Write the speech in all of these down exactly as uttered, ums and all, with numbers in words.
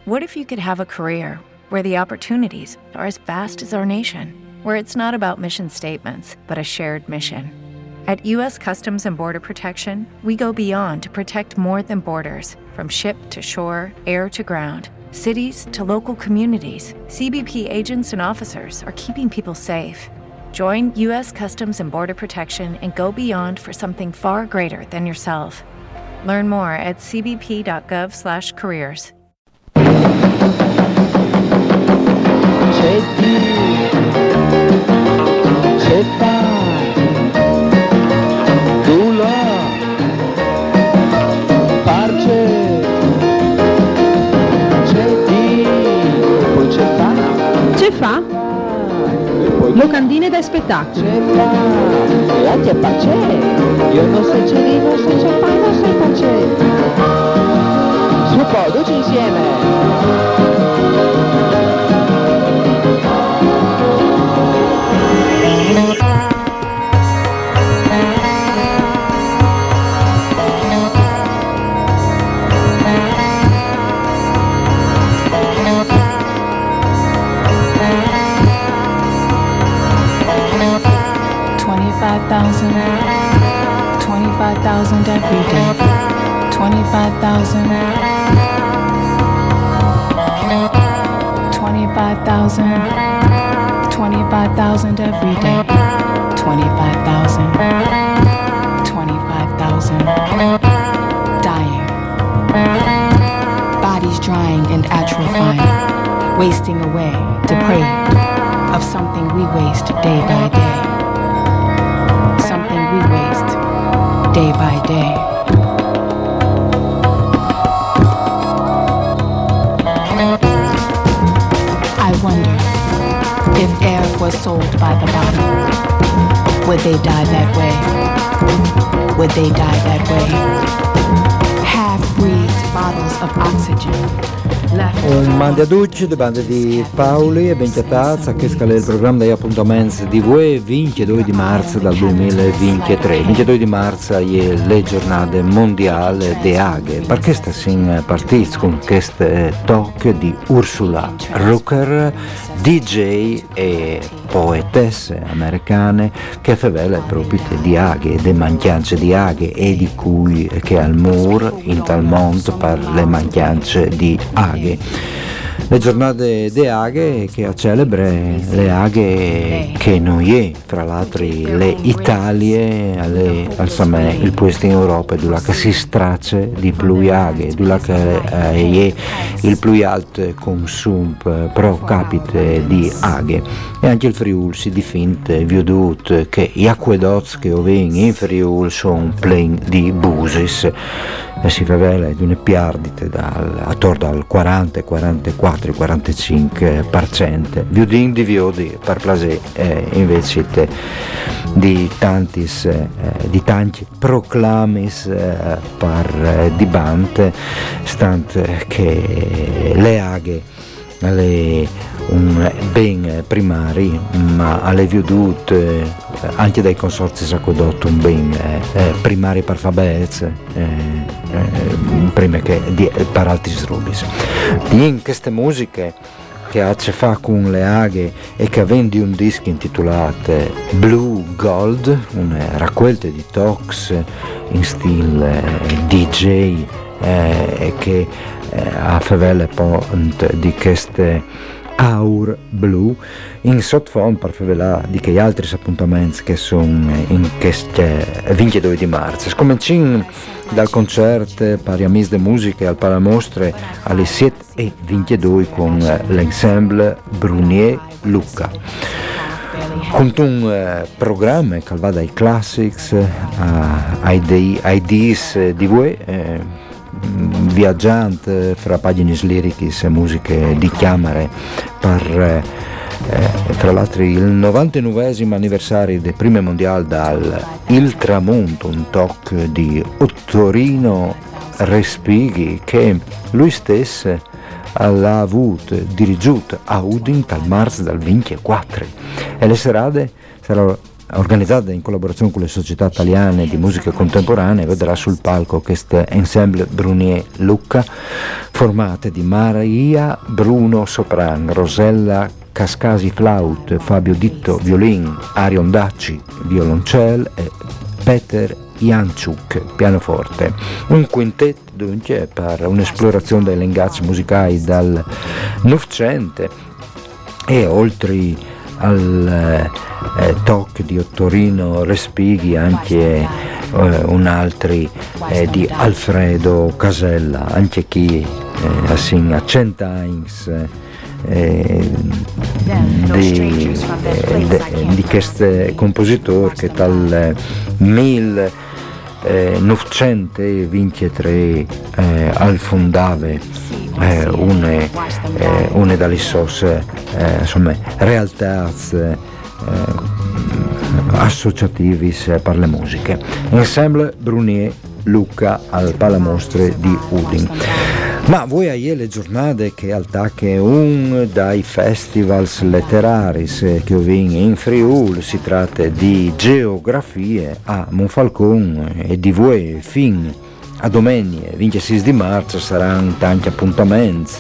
What if you could have a career where the opportunities are as vast as our nation, where it's not about mission statements, but a shared mission? At U S Customs and Border Protection, we go beyond to protect more than borders, from ship to shore, air to ground, cities to local communities. C B P agents and officers are keeping people safe. Join U S Customs and Border Protection and go beyond for something far greater than yourself. Learn more at c b p dot gov slash careers. C'è Dio, c'è Padre, tu là, parce, c'è Dio, poi c'è fa, c'è fa, locandine da spettacolo, c'è fa, là c'è pace, io non so c'è lì, non so c'è fa, non so pace, su po', tutti insieme. twenty-five thousand, twenty-five thousand every day, twenty-five thousand, twenty-five thousand, twenty-five thousand every day, twenty-five thousand, twenty-five thousand, dying, bodies drying and atrophying, wasting away, depraved of something we waste day by day. Something we waste day by day. I wonder if air was sold by the bottle, would they die that way? Would they die that way? Half-breed bottles of oxygen. Un mandi a tutti, le bande di Paoli e benchiatazza che scala il programma degli appuntamenti di voi ventidue di marzo del duemilaventitré. ventidue di marzo è le giornate mondiali di Aghe, perché sta sin partito con queste talk di Ursula Rucker, D J e poetesse americane che favela proprio di Aghe, di mancanze di Aghe e di cui che al mur in tal mondo per le mancanze di Aghe. Le giornate di Aghe che celebre le Aghe che noi è, fra l'altro le Italie, alle, alzame, il posto in Europa, dove si straccia di più Aghe, dove è eh, il più alto consumo pro capite di Aghe. E anche il Friuli si difende, vedute che gli acquedotti che oven in Friuli sono pieni di busis. E si rivela di una perdita dal, attorno al quaranta, quarantaquattro, quarantacinque per cento. Viudin di viodi per placer eh, invece te, di tanti eh, di tanti proclamis eh, per eh, di bante, stante che le Aghe alle un ben primari, ma alle vedute eh, anche dai consorzi acquedotto un ben eh, primari per fabez eh, eh, prima che di, per altri strubis. In queste musiche che ha a che fa con le Aghe e che vendi un disco intitolato Blue Gold, una raccolta di talks in stile D J eh, che eh, a favelle di queste Aur Blu in sottofondo per favelare di che altri appuntamenti che sono in queste ventidue di marzo. Scominciamo dal concerto per gli amici di musica al Palamostre alle sette e ventidue con l'ensemble Brunier Lucca. Con un eh, programma che va dai classics eh, ai, dei, ai dis di voi eh, viaggiante fra pagine liriche e musiche di chiamare per eh, fra l'altro il novantanovesimo anniversario del primo mondiale dal Il Tramonto, un talk di Ottorino Respighi che lui stesso l'ha avuto dirigiuto a Udin dal marzo del ventiquattro e le serate saranno organizzata in collaborazione con le società italiane di musica contemporanea, vedrà sul palco questo ensemble Brunier Lucca, formate di Maria Bruno sopran, Rosella Cascasi flaut, Fabio Ditto violin, Arion Dacci violoncelle e Peter Janczuk pianoforte. Un quintetto dunque per un'esplorazione dei linguaggi musicali dal Novecento e oltre al eh, talk di Ottorino Respighi anche eh, un altro eh, di Alfredo Casella, anche chi eh, assim, a cent'anni eh, di, eh, de, di questo compositore che dal millenovecentodiciannove eh, al fondave eh, una, eh, una delle sue eh, insomma, realtà eh, associativi per le musiche. Ensemble Brunier Lucca al Palamostre di Udine. Ma voi hai le giornate che attacca un dai festivals letterari che ho vinto in Friuli, si tratta di Geografie a Monfalcone e di voi fin a domenica ventisei di marzo saranno tanti appuntamenti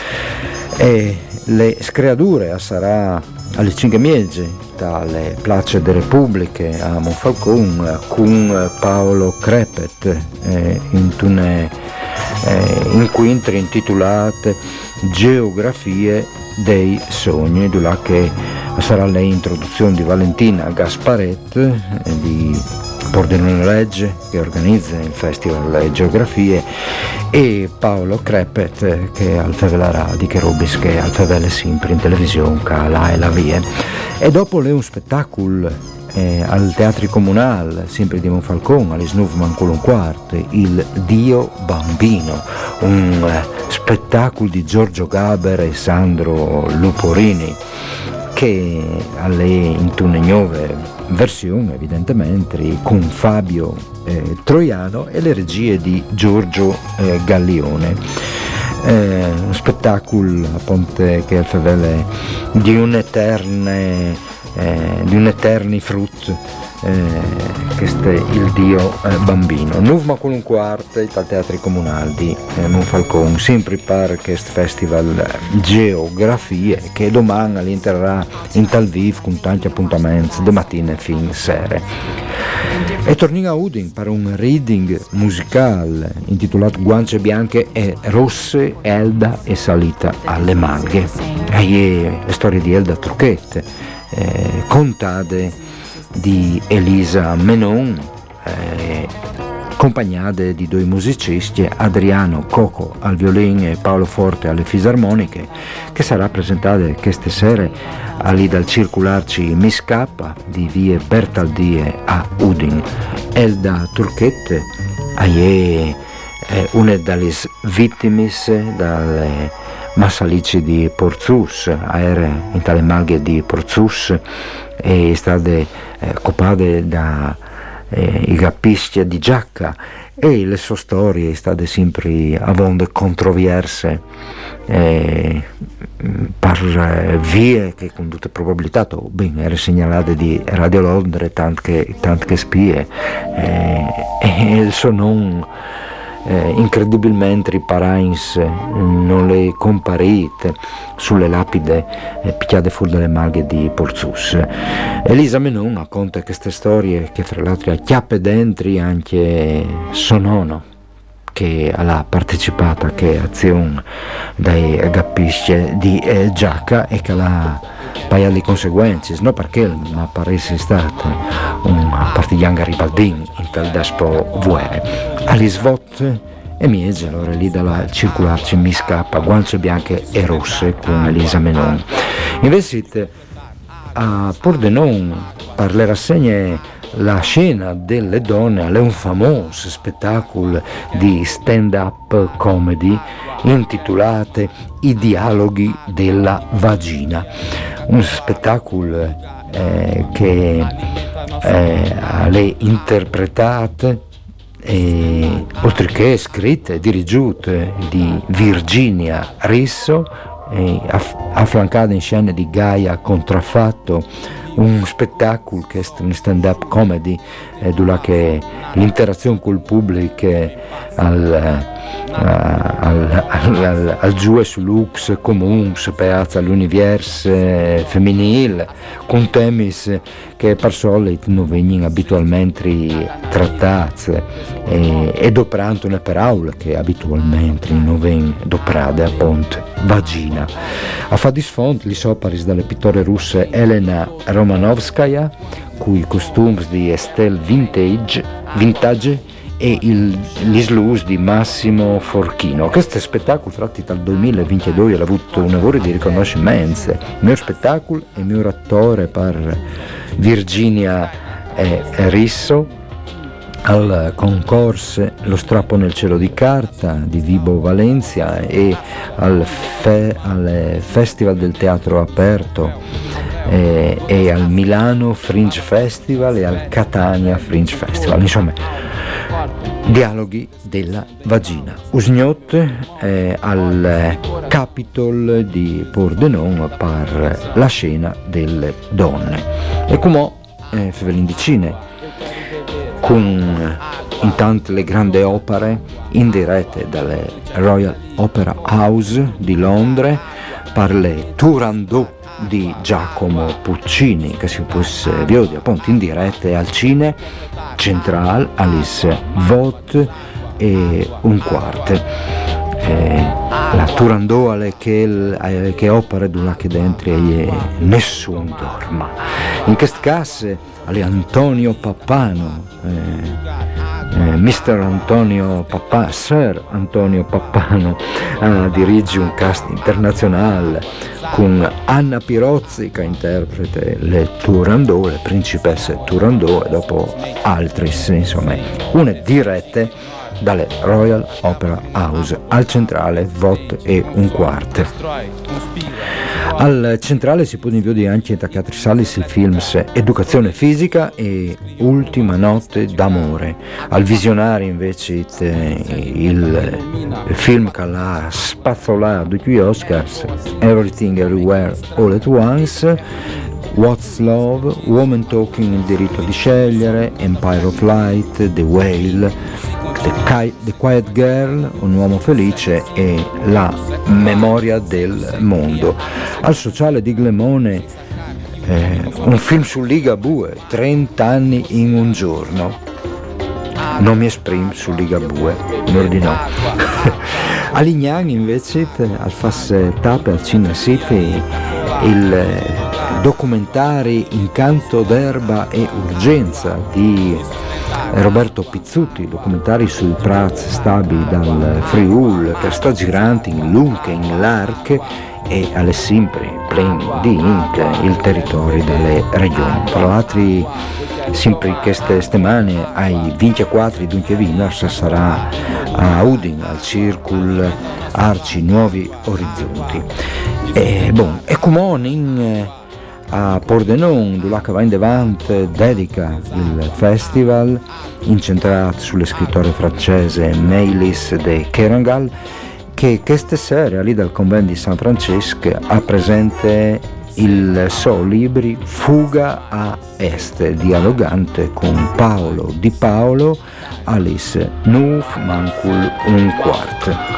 e le screature sarà alle cinque mesi dalle Place delle Repubbliche a Monfalcone con Paolo Crepet eh, in tune Eh, incontri intitolate Geografie dei sogni, là che sarà l'introduzione di Valentina Gasparet eh, di Pordenone Legge che organizza il Festival Geografie e Paolo Crepet che al Fevela Radio che Robis che al Fevele sempre in televisione che là e la via e dopo le un spettacolo Eh, al Teatro Comunale, sempre di Monfalcone, alle Snuvman con un quarto, il Dio Bambino, un eh, spettacolo di Giorgio Gaber e Sandro Luporini, che alle in una nuova versione, evidentemente, con Fabio eh, Troiano e le regie di Giorgio eh, Gallione. Eh, un spettacolo appunto che è il di un'eterna Eh, di un eterni frutto eh, che è il Dio eh, Bambino. Nuvma con un quarto dal Teatro Comunale di eh, Monfalcone, sempre per questo festival Geografie che domani all'interrà in Tal Viv con tanti appuntamenti da mattina e fin sera. E torniamo a Udine per un reading musicale intitolato Guance bianche e rosse, Elda e salita alle maghe. E le storie di Elda Trucchette Eh, contate di Elisa Menon, eh, accompagnate di due musicisti, Adriano Coco al violino e Paolo Forte alle fisarmoniche, che sarà presentata queste sere lì dal circularci Miscappa di vie Bertaldie a Udine. Elda Turchette è una delle vittime dalle Massalici di Porzus, era in tale maghe di Porzus e è stata eh, copate da eh, i Gappistia di Giacca e le sue storie sono state sempre avonde controverse eh, per vie che con tutte probabilità ben erano segnalate di Radio Londra tante che, tant che spie eh, e il suo non Eh, incredibilmente i parains eh, non le comparite sulle lapide eh, picchiate fuori dalle maghe di Porzus. Elisa Menon racconta queste storie che fra l'altro chiappe dentro anche suo nonno che ha partecipato a che azione dai gappisce di eh, Giacca e che l'ha paia le conseguenze, non perché ma paresse stato un partigiano garibaldino in tal despo vuere. Agli svot e miege allora lì dalla circularci mi scappa guance bianche e rosse con Elisa Menon. Invece a Pordenone per le rassegne la scena delle donne è un famoso spettacolo di stand-up comedy intitolate I dialoghi della vagina, un spettacolo eh, che eh, le interpretate e, oltre che scritte e dirigute di Virginia Risso, e aff- affiancate in scene di Gaia Contraffatto un spettacolo che è un stand-up comedy eh, dove che l'interazione col pubblico al, uh, al, al, al, al giù e sull'ux comune piazza all'universo femminile con temi che per solito non vengono abitualmente trattati e, e doprando una parola che abitualmente non vengono doprate appunto vagina. A fa di sfondo gli soparis dalle pittore russe Elena Romanovskaya cui costumi di Estelle Vintage, vintage e il, gli slus di Massimo Forchino. Questo spettacolo tratti dal duemilaventidue ha avuto un lavoro di riconoscimento. Il mio spettacolo e il mio attore per Virginia eh, Risso al concorso Lo strappo nel cielo di carta di Vibo Valencia e al, fe, al Festival del Teatro Aperto eh, e al Milano Fringe Festival e al Catania Fringe Festival. Insomma, dialoghi della vagina. Usgnot eh, al Capitol di Pordenone per la scena delle donne. E come eh, Fevelindicine con intanto le grandi opere in dirette dalle Royal Opera House di Londra per le Turandot di Giacomo Puccini che si può vedere appunto in diretta al Cine Central Alice Vot e un quarto eh, la Turandot che, che opera dove che dentro e nessun dorma in questo caso alle Antonio Pappano eh, eh, mister Antonio Pappano Sir Antonio Pappano eh, dirige un cast internazionale con Anna Pirozzi che interpreta le Turandot, le principesse Turandot e dopo altri, insomma, una dirette dalle Royal Opera House al centrale Vot e un quarto. Al centrale si può vedere anche da Teatri Salis il film Educazione Fisica e Ultima Notte d'Amore. Al visionario invece il, il film che l'ha spazzolato due Oscars, Everything Everywhere All at Once, What's Love, Woman Talking, Il diritto di scegliere, Empire of Light, The Whale, The, The Quiet Girl, Un uomo felice e La memoria del mondo. Al sociale di Glemone eh, un film su Ligabue, trenta anni in un giorno. Non mi esprimo su Ligabue, mi ordinò. A Lignano invece al Fasse Tappe al Cinema City il documentari Incanto d'erba e urgenza di Roberto Pizzuti, documentari sui prats stabili dal Friul che sta girando in Lunche, in Larc e alle sempre Plain di Inc, il territorio delle regioni. Tra l'altro sempre queste settimane ai ventiquattro dunque Winners sarà a Udin al Circul Arci Nuovi Orizzonti. E, bon, e come in a Pordenone, dove va in davanti, dedica il festival incentrato sulle scrittore francese Maëlys de Kerangal, che questa sera lì dal convento di San Francesco ha presente il suo libro Fuga a Est, dialogante con Paolo Di Paolo, Alice Nuf Mancul un quarto.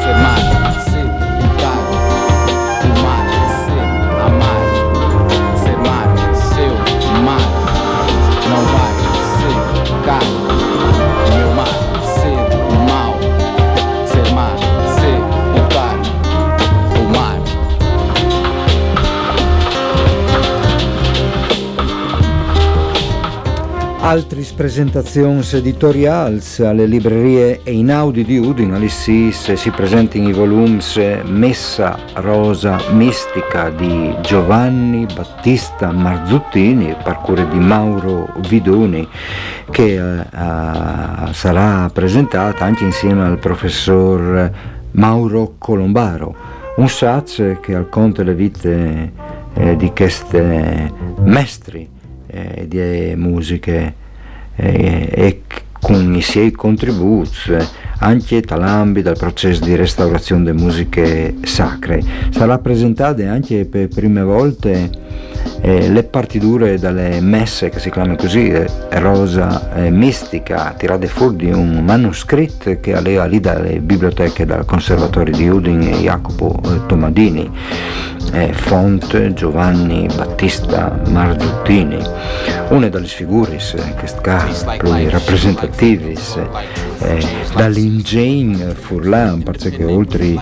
Altri presentazioni editoriali alle librerie Einaudi di Udine, all'Issis si presentano i volumi Messa Rosa Mistica di Giovanni Battista Marzuttini, per cura di Mauro Vidoni, che uh, sarà presentata anche insieme al professor Mauro Colombaro, un saggio che racconta le vite eh, di queste maestri eh, di musiche eh, e con i suoi contributi anche talambi dal processo di restaurazione delle musiche sacre. Sarà presentata anche per prime volte eh, le partiture dalle messe, che si chiamano così, eh, Rosa eh, Mistica, tirate fuori di un manoscritto che aveva lì dalle biblioteche del Conservatorio di Udine Jacopo eh, Tomadini, eh, font Giovanni Battista Marzuttini, una delle figure che più rappresentative eh, dall'ingegno Furlan, perché oltre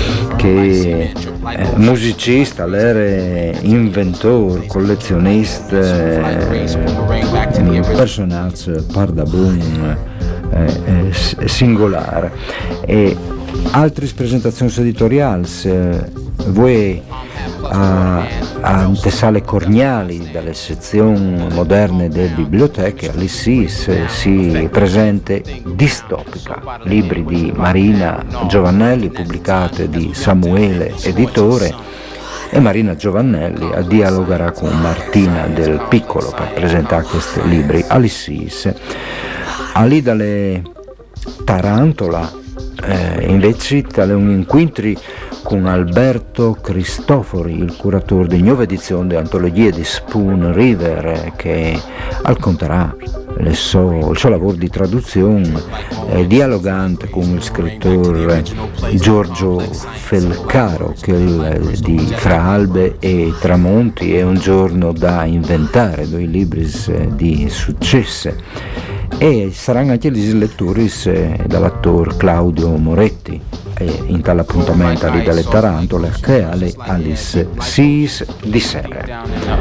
che eh, musicista, l'era inventore, collezionista, eh, personaggio par da buon eh, eh, singolare. E altre presentazioni editoriali, eh, voi a, a Tessale Corniali dalle sezioni moderne delle biblioteche, all'I S I S si presente Distopica, libri di Marina Giovannelli pubblicate di Samuele Editore, e Marina Giovannelli dialogherà con Martina Del Piccolo per presentare questi libri all'I S I S. Allì dalle Tarantola eh, invece tale un incontri con Alberto Cristofori, il curatore di nuova edizione dell'antologia di Spoon River, che racconterà il suo, il suo lavoro di traduzione eh, dialogante con il scrittore Giorgio Felcaro, che il, di Fra albe e tramonti è un giorno da inventare, due libri eh, di successo. E saranno anche le letture eh, dall'attore Claudio Moretti eh, in tale appuntamento lì dalle Tarantole che alle Alice Sis di sera.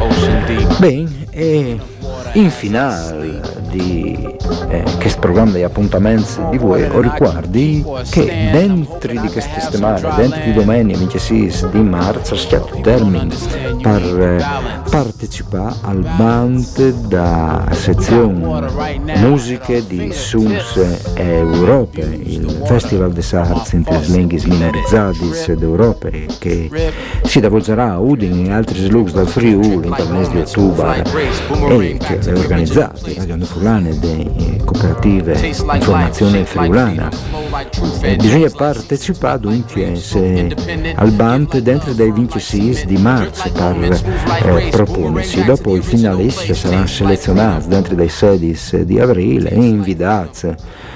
Bene, e in finale di eh, questo programma di appuntamenti di voi ho ricordi che dentro di queste settimane, dentro di domenica ventisei di marzo è stato termine per eh, partecipare al band da sezione musiche di Suns Europe, il Festival des Arts in Linguis Minorizzadis d'Europe, che si svolgerà a Udine e altri luoghi del Friuli nel mese di ottobre, e che è organizzato Radio Furlane e cooperative informazione friulana. E bisogna partecipare dunque se, al band dentro dai ventisei di marzo per eh, proporsi. Dopo i finalisti saranno selezionati dentro dai sedici di aprile e invitati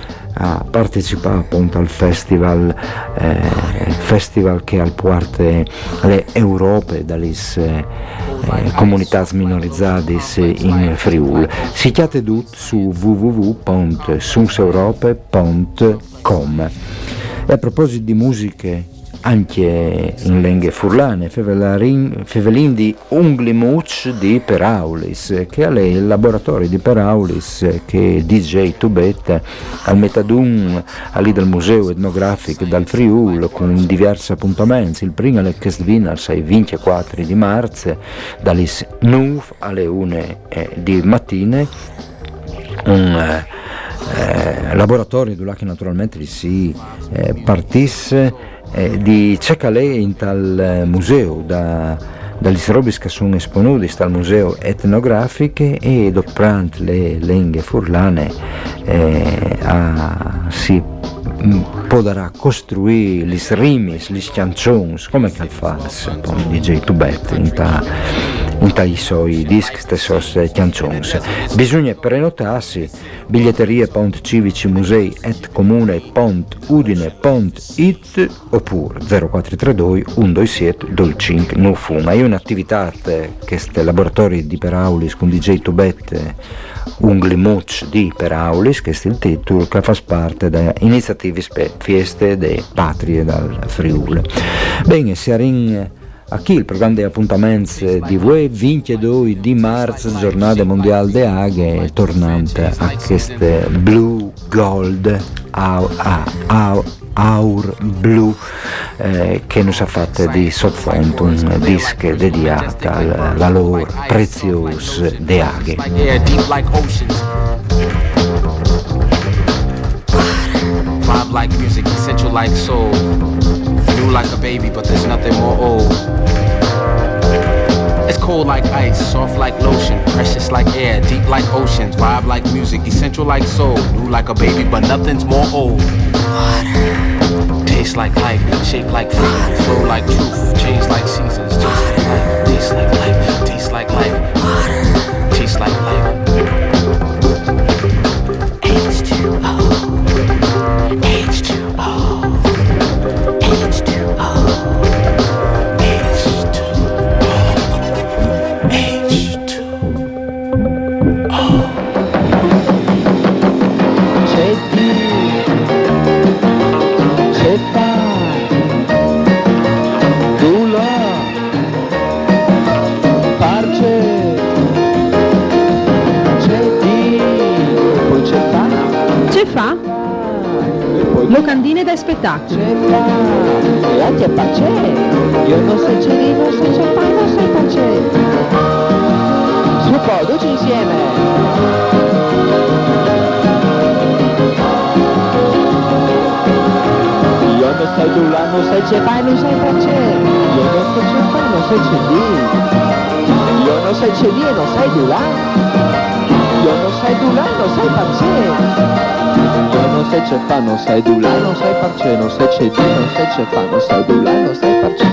a partecipare appunto al festival, eh, festival che al porte le Europe dalle eh, comunità minorizzate in Friuli. Si chiate tutto su w w w punto sunseurope punto com. E a proposito di musiche anche in lingue furlane, fevelin di Unglimuc di Peraulis, che è il laboratorio di Peraulis che D J Tubet al Metadun lì del Museo Etnografico dal Friuli con diversi appuntamenti. Il primo è che svina il ventiquattro di marzo dalle nove alle una di mattina, un eh, laboratorio dove naturalmente si eh, partisse Eh, di Cecalè in tal museo da, dagli robi che sono esponuti dal museo etnografiche, e doprant le lingue furlane eh, a, si potrà costruire gli rimis, gli canzoni come che fa con D J Tubet in ta in ta i suoi dischi, stesse canzoni. Bisogna prenotarsi biglietterie pont civici musei et comune pont udine pont it oppure zero quattro tre due uno due sette due cinque nove uno. È un'attività che questi laboratori di Peraulis con D J Tubet Unglimuc di Peraulis, che è il titolo, che fa parte da iniziative feste delle patrie dal Friuli. Bene, si arrin a chi il programma di appuntamenti di voi ventidue di marzo, giornata mondiale de Aghe, tornante a queste Blue Gold Aur, Aur, Aur Blue eh, che nos ha fatto di sottofondo un disco dedicato al valore prezioso de Aghe. Vibe like music, essential like soul. New like a baby, but there's nothing more old. It's cold like ice, soft like lotion, precious like air, deep like oceans. Vibe like music, essential like soul. New like a baby, but nothing's more old. Water. Taste like life, shape like fruit, flow like truth, change like seasons, just like life, taste like life, taste like life. Lampadine da spettacolo. C'è fa, e anche pace. Io non so c'è di, non so c'è fa, non so pace. Su po', tutti insieme. Io non sai tu là, non sai c'è fa, non sai pace. Io non so c'è fa, non sai c'è di. Io non sai c'è di e non sai tu là. Io non sai tu là, non sai pace. Io non sai c'è fa, non sai tu là, non sai parce, non sai c'è di, non sai c'è fa, non sai tu là, non sai parce.